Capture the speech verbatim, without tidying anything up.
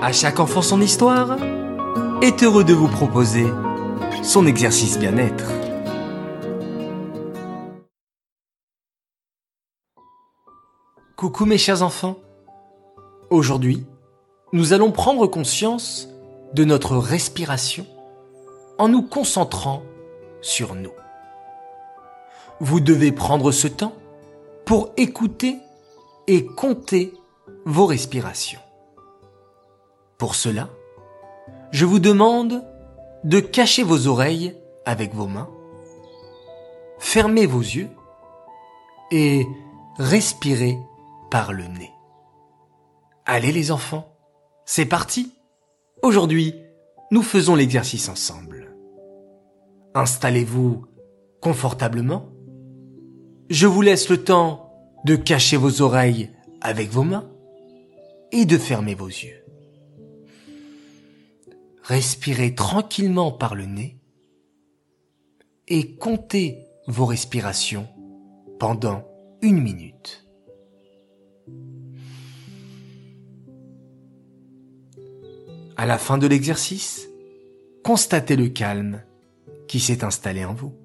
À chaque enfant son histoire est heureux de vous proposer son exercice bien-être. Coucou mes chers enfants. Aujourd'hui, nous allons prendre conscience de notre respiration en nous concentrant sur nous. Vous devez prendre ce temps pour écouter et compter vos respirations. Pour cela, je vous demande de cacher vos oreilles avec vos mains, fermer vos yeux et respirer par le nez. Allez les enfants, c'est parti! Aujourd'hui, nous faisons l'exercice ensemble. Installez-vous confortablement. Je vous laisse le temps de cacher vos oreilles avec vos mains et de fermer vos yeux. Respirez tranquillement par le nez et comptez vos respirations pendant une minute. À la fin de l'exercice, constatez le calme qui s'est installé en vous.